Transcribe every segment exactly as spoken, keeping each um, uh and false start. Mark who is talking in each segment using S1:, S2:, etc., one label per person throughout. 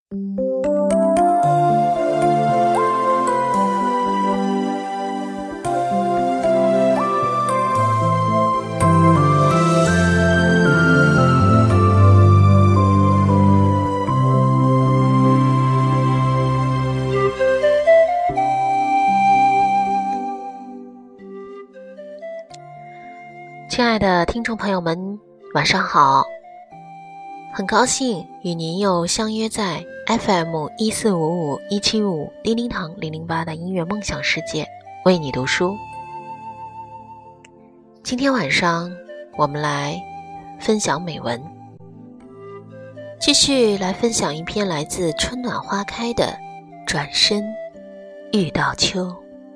S1: 亲爱的听众朋友们，晚上好！很高兴与您又相约在 F M 一四五五一七五叮叮堂零零八的音乐梦想世界，为你读书。今天晚上我们来分享美文，继续来分享一篇来自春暖花开的《转身遇到秋》。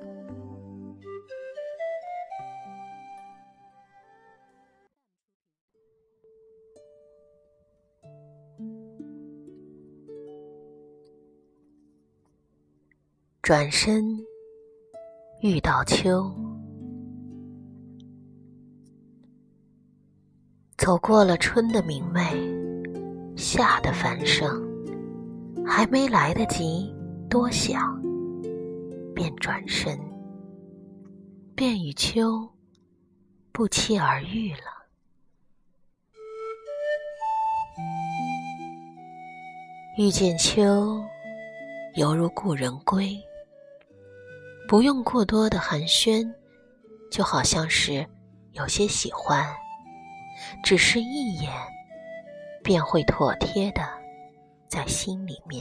S1: 转身遇到秋，走过了春的明媚，夏的繁盛，还没来得及多想，便转身，便与秋不期而遇了。遇见秋，犹如故人归，不用过多的寒暄，就好像是有些喜欢，只是一眼便会妥帖的在心里面。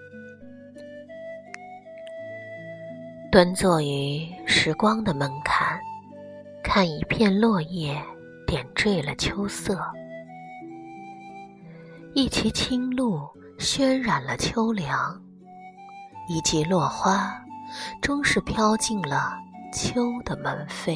S1: 端坐于时光的门槛，看一片落叶点缀了秋色，一畦青露渲染了秋凉，一季落花终是飘进了秋的门扉。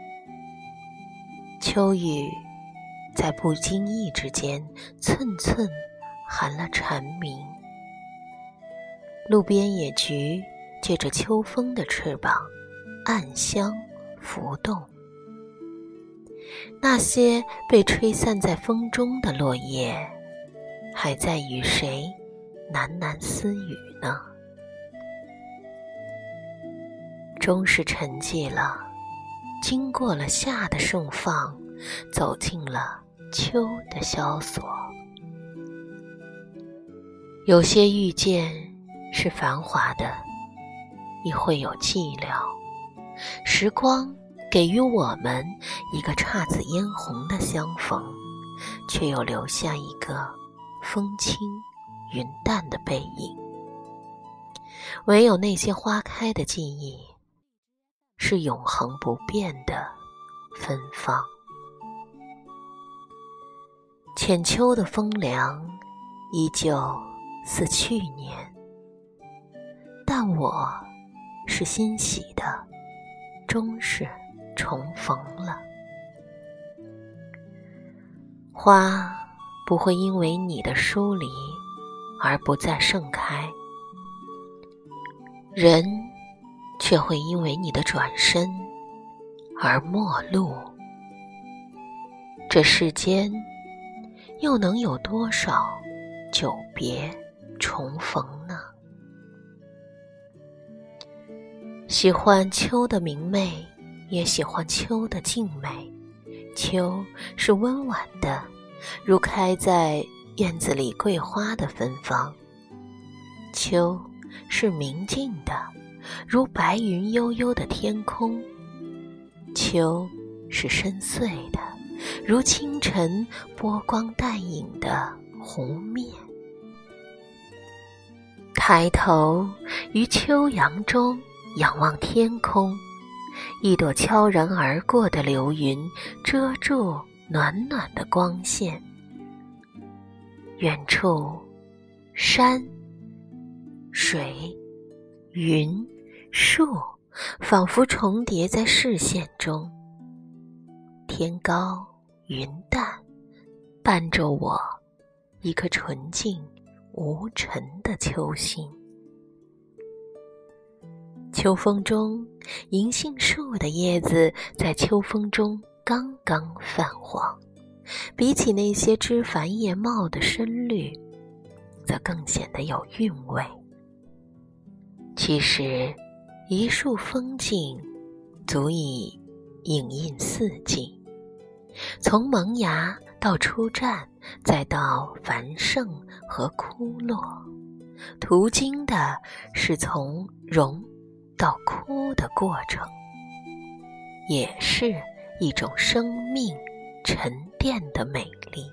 S1: 秋雨在不经意之间寸寸含了蝉鸣，路边野菊借着秋风的翅膀暗香浮动，那些被吹散在风中的落叶还在与谁喃喃私语呢？终是沉寂了，经过了夏的盛放，走进了秋的萧索。有些遇见是繁华的，亦会有寂寥。时光给予我们一个姹紫嫣红的相逢，却又留下一个风轻云淡的背影。唯有那些花开的记忆，是永恒不变的芬芳。浅秋的风凉依旧似去年，但我是欣喜的，终是重逢了。花不会因为你的疏离而不再盛开，人却会因为你的转身而陌路。这世间又能有多少久别重逢呢？喜欢秋的明媚，也喜欢秋的静美。秋是温婉的，如开在院子里桂花的芬芳；秋是明净的，如白云悠悠的天空；秋是深邃的，如清晨波光淡影的湖面。抬头于秋阳中仰望天空，一朵悄然而过的流云遮住暖暖的光线。远处山水云树仿佛重叠在视线中，天高云淡，伴着我一颗纯净无尘的秋心。秋风中，银杏树的叶子在秋风中刚刚泛黄，比起那些枝繁叶茂的深绿， 则更显得有韵味。其实，一树风景足以影印四季，从萌芽到初绽，再到繁盛和枯落，途经的是从荣到枯的过程，也是一种生命沉淀的美丽。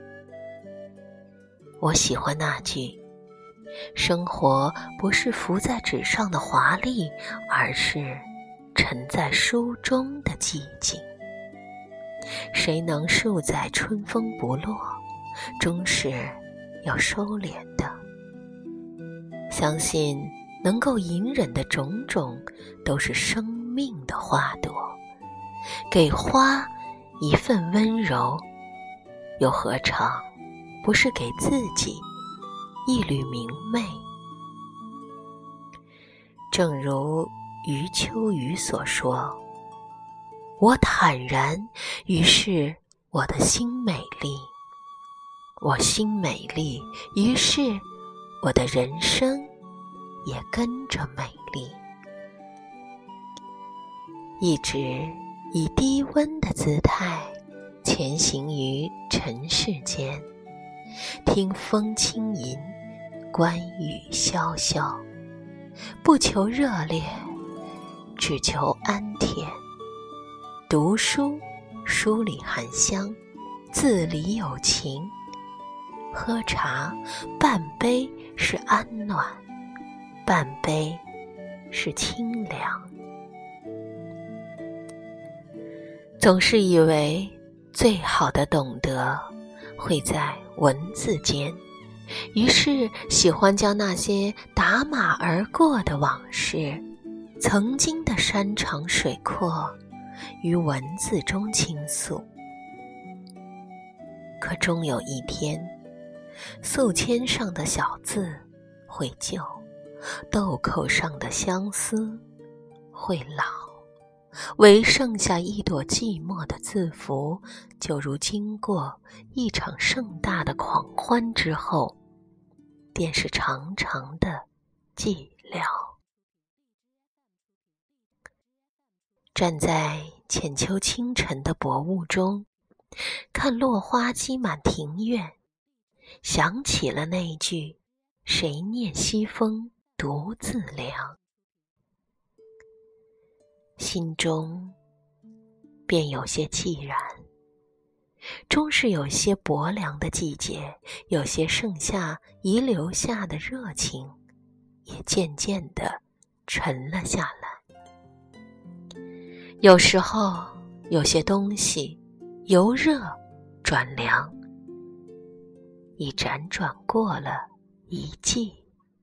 S1: 我喜欢那句，生活不是浮在纸上的华丽，而是沉在书中的寂静。谁能树在春风不落，终是要收敛的。相信能够隐忍的种种，都是生命的花朵。给花一份温柔，又何尝不是给自己一缕明媚？正如余秋雨所说，我坦然，于是我的心美丽；我心美丽，于是我的人生也跟着美丽。一直以低温的姿态前行于尘世间，听风轻吟，观雨潇潇，不求热烈，只求安恬。读书，书里含香，字里有情；喝茶，半杯是安暖，半杯是清凉。总是以为最好的懂得会在文字间，于是喜欢将那些打马而过的往事，曾经的山长水阔，于文字中倾诉。可终有一天，素笺上的小字会旧，豆蔻上的相思会老，唯剩下一朵寂寞的字符，就如经过一场盛大的狂欢之后，便是长长的寂寥。站在浅秋清晨的薄雾中，看落花积满庭院，想起了那句谁念西风独自凉，心中便有些寂然。终是有些薄凉的季节，有些盛夏遗留下的热情，也渐渐地沉了下来。有时候有些东西由热转凉，已辗转过了一季。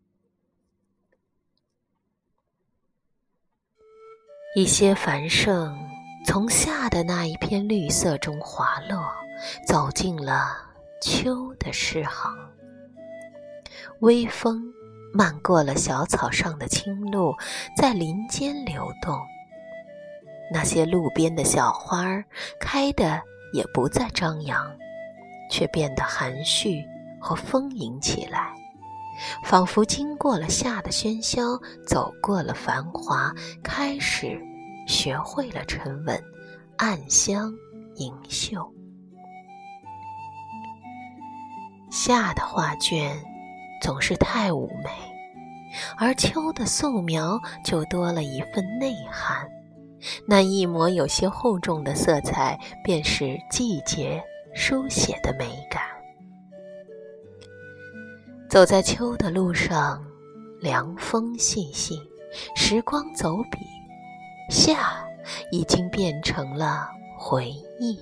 S1: 一些繁盛从夏的那一片绿色中滑落，走进了秋的诗行。微风漫过了小草上的青露，在林间流动。那些路边的小花儿开得也不再张扬，却变得含蓄和丰盈起来，仿佛经过了夏的喧嚣，走过了繁华，开始学会了沉稳，暗香盈袖。夏的画卷总是太妩媚，而秋的素描就多了一份内涵。那一抹有些厚重的色彩，便是季节书写的美感。走在秋的路上，凉风细细，时光走笔，夏已经变成了回忆。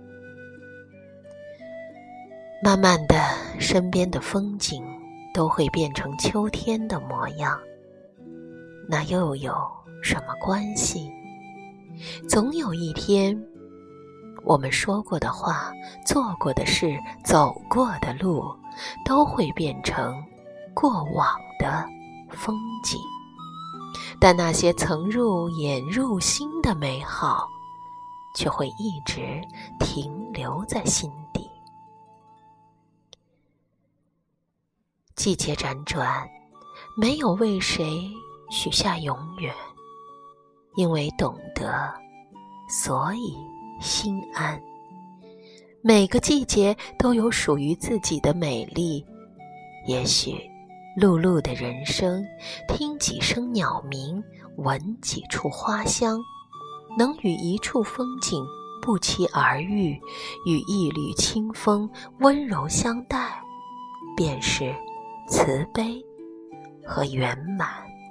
S1: 慢慢的，身边的风景都会变成秋天的模样，那又有什么关系？总有一天，我们说过的话，做过的事，走过的路，都会变成过往的风景。但那些曾入眼入心的美好，却会一直停留在心底。 季节辗转，没有为谁许下永远，因为懂得，所以心安。每个季节都有属于自己的美丽，也许碌碌的人生，听几声鸟鸣，闻几处花香，能与一处风景不期而遇，与一缕清风温柔相待，便是慈悲和圆满。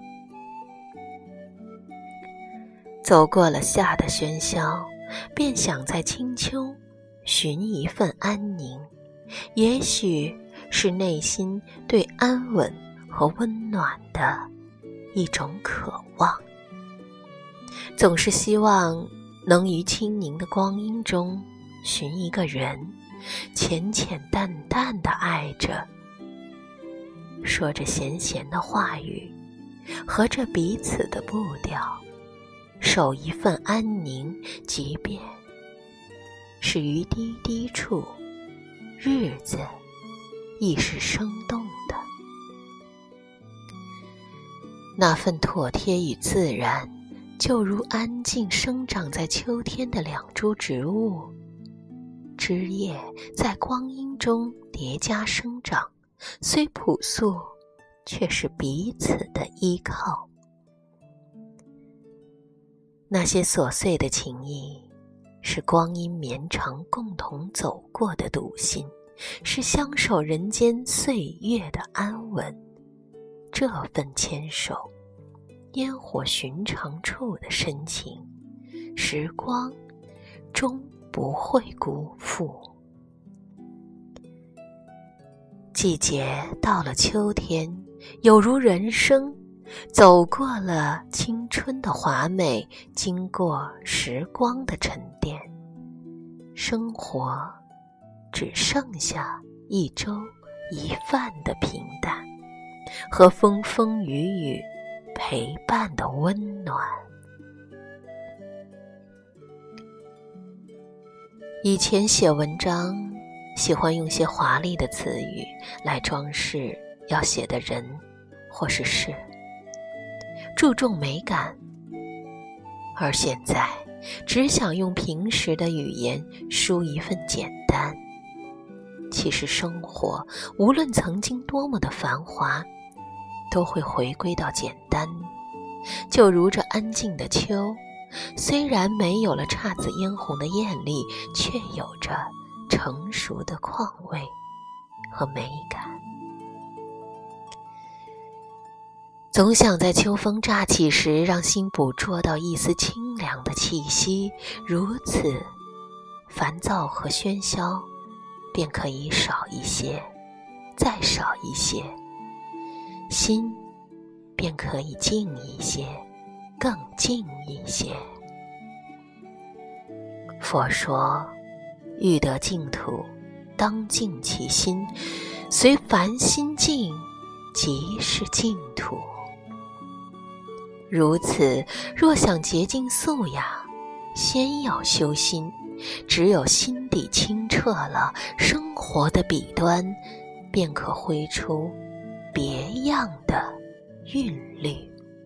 S1: 走过了夏的喧嚣，便想在清秋寻一份安宁，也许是内心对安稳和温暖的一种渴望。总是希望能于清宁的光阴中寻一个人，浅浅淡淡地爱着，说着闲闲的话语，合着彼此的步调，守一份安宁，即便是于低低处，日子亦是生动的。那份妥帖与自然，就如安静生长在秋天的两株植物，枝叶在光阴中叠加生长，虽朴素，却是彼此的依靠。那些琐碎的情谊，是光阴绵长共同走过的笃信，是相守人间岁月的安稳。这份牵手，烟火寻常处的深情，时光终不会辜负。季节到了秋天，有如人生走过了青春的华美，经过时光的沉淀，生活只剩下一粥一饭的平淡，和风风雨雨陪伴的温暖。以前写文章喜欢用些华丽的词语来装饰要写的人或是事，注重美感，而现在只想用平时的语言抒一份简单。其实生活无论曾经多么的繁华，都会回归到简单。就如这安静的秋，虽然没有了姹紫嫣红的艳丽，却有着成熟的况味和美感。总想在秋风乍起时，让心捕捉到一丝清凉的气息，如此烦躁和喧嚣便可以少一些，再少一些，心便可以静一些，更静一些。佛说，欲得净土，当净其心，随凡心净，即是净土。如此，若想洁净素雅，先要修心。只有心底清澈了，生活的笔端便可挥出别样的韵律。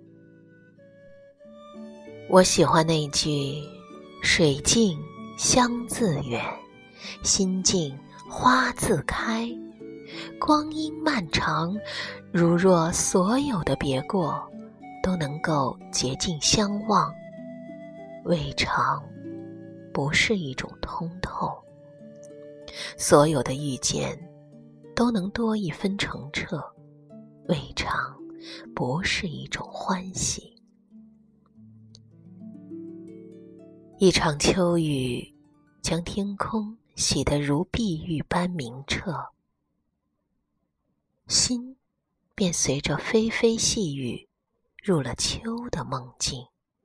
S1: 我喜欢那句水静香自远，心静花自开。光阴漫长，如若所有的别过都能够洁净相望，未尝不是一种通透。所有的遇见都能多一分澄澈，未尝不是一种欢喜。一场秋雨将天空洗得如碧玉般明澈，心便随着霏霏细雨入了秋的梦境。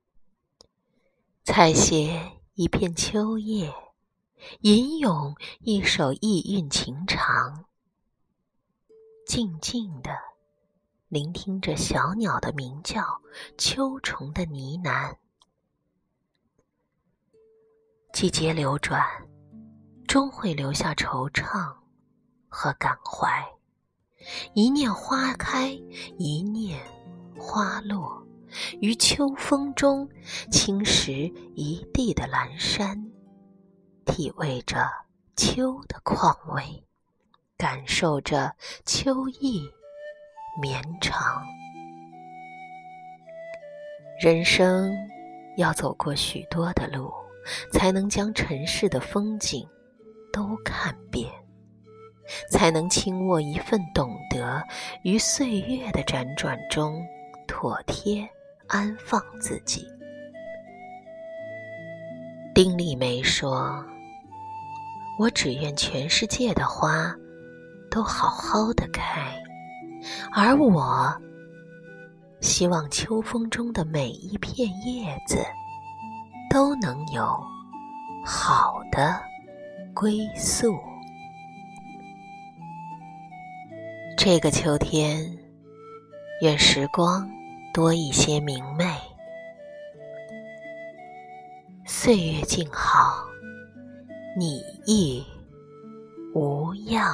S1: 采撷一片秋叶，吟咏一首意韵情长，静静地聆听着小鸟的鸣叫，秋虫的呢喃。季节流转，终会留下惆怅和感怀。 一念花开，一念花落，于秋风中侵蚀一地的阑珊，体味着秋的况味，感受着秋意绵长。人生要走过许多的路，才能将尘世的风景都看遍，才能轻握一份懂得，于岁月的辗转中妥帖安放自己。丁丽梅说，我只愿全世界的花都好好的开，而我希望秋风中的每一片叶子都能有好的归宿。这个秋天，愿时光多一些明媚，岁月静好，你亦无恙。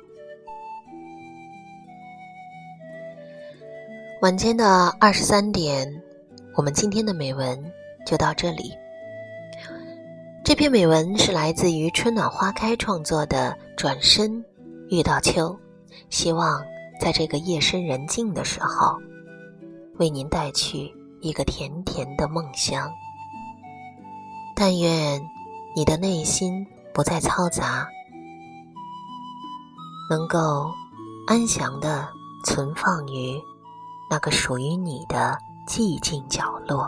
S1: 晚间的二十三点，我们今天的美文就到这里。这篇美文是来自于春暖花开创作的《转身遇到秋》，希望在这个夜深人静的时候，为您带去一个甜甜的梦乡。但愿你的内心不再嘈杂，能够安详地存放于那个属于你的寂静角落。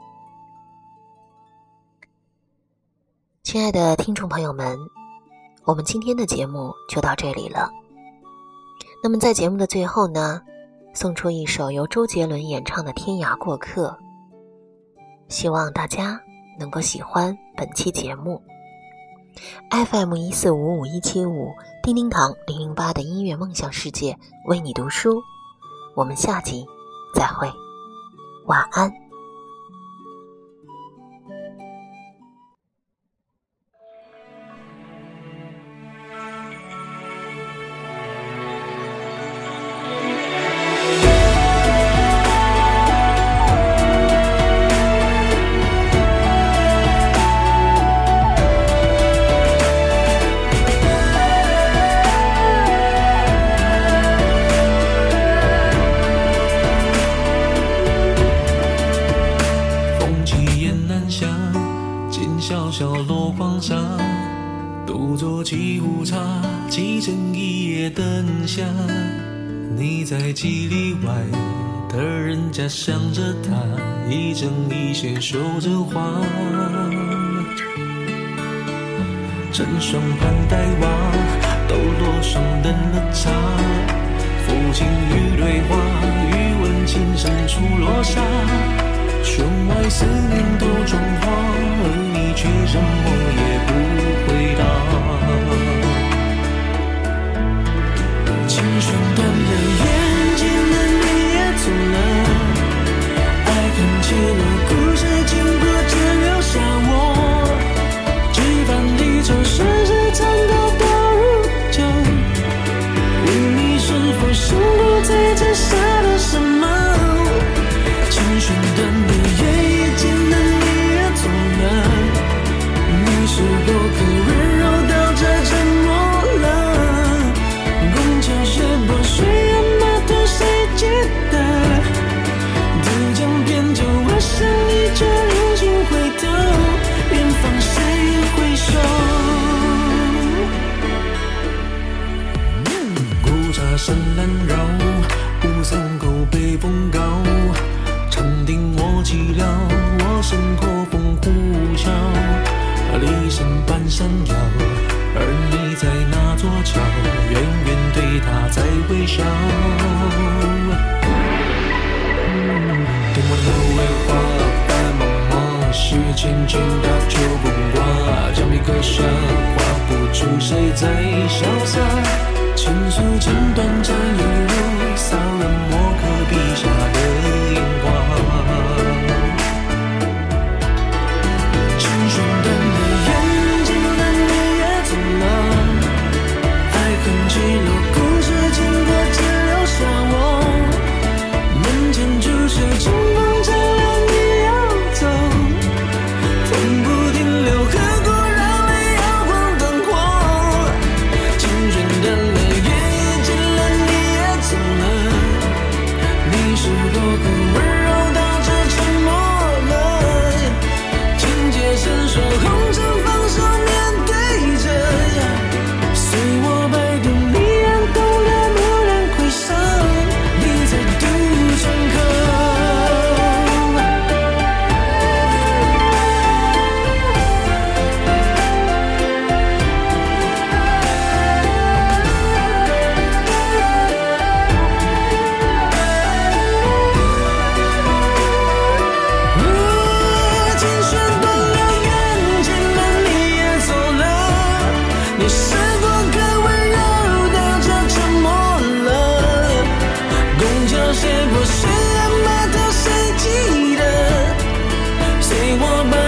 S1: 亲爱的听众朋友们，我们今天的节目就到这里了。那么在节目的最后呢，送出一首由周杰伦演唱的《天涯过客》，希望大家能够喜欢本期节目。 F M 一四五五一七五 叮叮堂零零八的音乐梦想世界为你读书，我们下集再会，晚安。
S2: 小小落黄沙，独坐沏壶茶，沏成一夜灯下。你在几里外的人家想着他，一针一线绣着花。枕双盘带袜，抖落霜冷了茶。抚琴与对话，欲问情深处落下。弦外思念都妆花，而你却什么也不回答。琴弦断了，眼睛的你也走了，爱恨结了，故事经过只留下我。几番离愁，世事残酷到如旧，问你是否心不在这下了什么？琴弦断了，是过客温柔到这沉默了，拱桥斜坡水岸码头谁记得？渡江边就我想你这人情回头，远方谁回首？古刹深蓝绕，乌伞口北风高，长亭我寂寥，我身破风呼啸。离身半山腰，而你在那座桥，远远对他在微笑。听完了尾花，白茫茫，是千千大秋风刮，将笔刻下，画不出谁在潇洒。情书情短暂犹如骚人墨刻笔下的樱花。琴弦断了，眼睛的你也走了，爱恨起落，故事经过这写过，虽然码头谁记得？随我把